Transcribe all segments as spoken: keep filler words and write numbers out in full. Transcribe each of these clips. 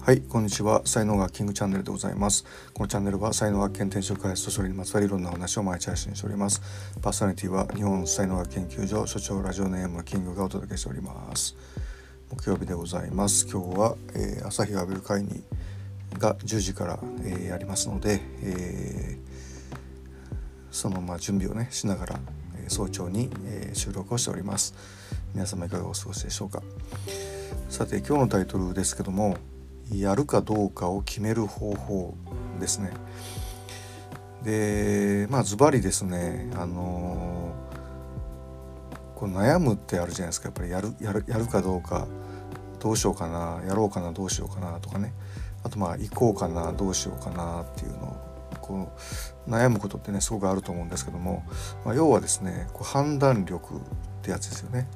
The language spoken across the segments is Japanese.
はい、こんにちは。才能学キングチャンネルでございます。このチャンネルは才能学研転職開発とそれにまつわるいろんな話を毎日配信しております。パーソナリティは日本才能学研究所所長ラジオネームのキングがお届けしております。木曜日でございます。今日は、えー、朝日を浴びる会にがじゅうじから、えー、やりますので、えー、そのまあ準備をねしながら、えー、早朝に、えー、収録をしております。皆様いかがお過ごしでしょうか。さて今日のタイトルですけども、やるかどうかを決める方法ですね。でまあズバリですね、あのー、こう悩むってあるじゃないですか。やっぱりやるやるやるかどうか、どうしようかな、やろうかな、どうしようかなとかね、あとまあ行こうかな、どうしようかなっていうのをこう悩むことってねすごくあると思うんですけども、まあ、要はですねこう判断力ってやつですよね。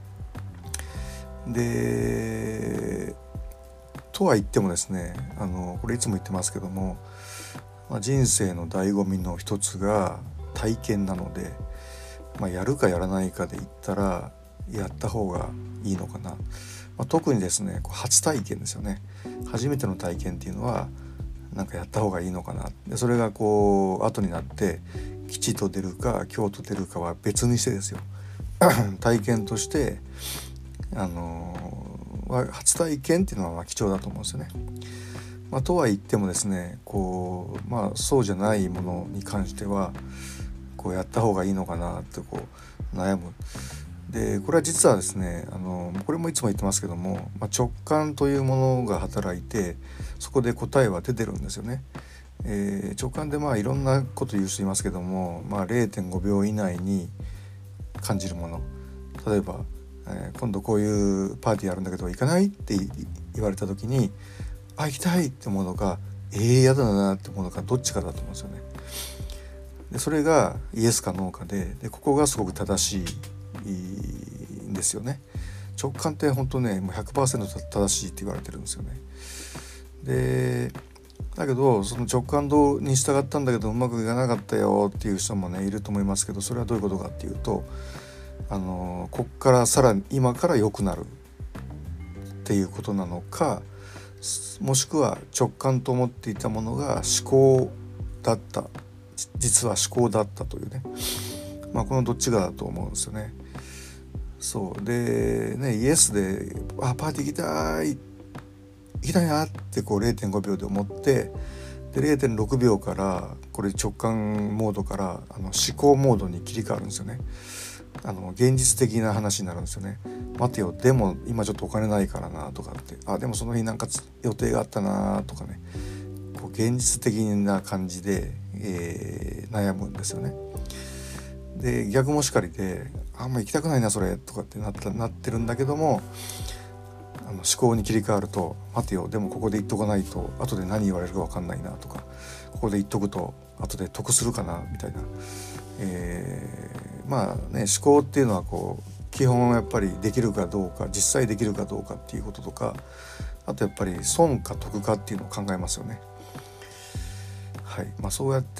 でとは言ってもですね、あのこれいつも言ってますけども、まあ、人生の醍醐味の一つが体験なので、まあ、やるかやらないかで言ったらやった方がいいのかな、まあ、特にですねこう初体験ですよね。初めての体験っていうのはなんかやった方がいいのかな。でそれがこう後になって吉と出るか凶と出るかは別にしてですよ体験としてあの初体験っていうのは貴重だと思うんですよね。まあ、とは言ってもですねこう、まあ、そうじゃないものに関してはこうやった方がいいのかなってこう悩む。でこれは実はですねあのこれもいつも言ってますけども、まあ、直感というものが働いてそこで答えは出てるんですよね。えー、直感でまあいろんなこと言う人いますけども、まあ、れいてんごびょう以内に感じるもの、例えばえー、今度こういうパーティーあるんだけど行かないって言われた時にあ行きたいって思うのかえーやだなって思うのかどっちかだと思うんですよね。でそれがイエスかノーか で, でここがすごく正しいんですよね。直感って本当ねもう ひゃくパーセント 正しいって言われてるんですよね。でだけどその直感に従ったんだけどうまくいかなかったよっていう人もねいると思いますけど、それはどういうことかっていうとあのこっからさらに今から良くなるっていうことなのか、もしくは直感と思っていたものが思考だった、実は思考だったというね、まあこのどっちかだと思うんですよね。そうでねイエスであパーティー行きたい行きたいなってこう れいてんごびょうで思ってで れいてんろくびょうからこれ直感モードからあの思考モードに切り替わるんですよね。あの現実的な話になるんですよね。待てよでも今ちょっとお金ないからなとかってあでもその日なんか予定があったなとかね、こう現実的な感じで、えー、悩むんですよね。で逆もしかりであんま行きたくないなそれとかってなったなってるんだけども、あの思考に切り替わると待てよでもここで言っとかないと後で何言われるか分かんないなとか、ここで言っとくと後で得するかなみたいな、えー、まあね思考っていうのはこう基本やっぱりできるかどうか実際できるかどうかっていうこととか、あとやっぱり損か得かっていうのを考えますよね。はいまあ、そうやって、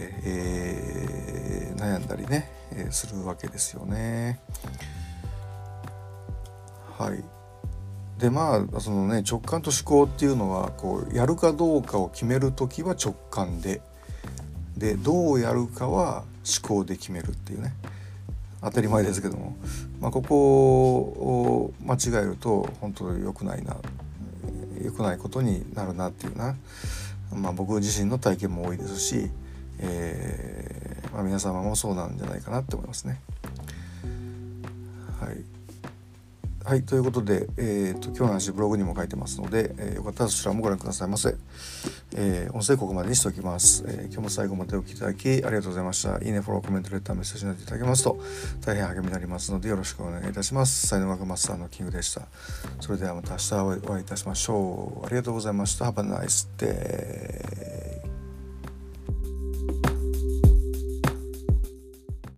えー、悩んだりね、えー、するわけですよね。はいでまあそのね直感と思考っていうのはこうやるかどうかを決めるときは直感ででどうやるかは思考で決めるっていうね、当たり前ですけども、まあ、ここを間違えると本当に良くないな良くないことになるなっていうな、まあ、僕自身の体験も多いですし、えーまあ、皆様もそうなんじゃないかなって思いますね。はいはい、ということで、えーと、今日の話ブログにも書いてますので、えー、よかったらそちらもご覧くださいませ。えー、音声ここまでにしておきます、えー。今日も最後までお聞きいただきありがとうございました。いいね、フォロー、コメント、レター、メッセージなどいただけますと大変励みになりますのでよろしくお願いいたします。才能学マスターのキングでした。それではまた明日お会いいたしましょう。ありがとうございました。Have a nice day.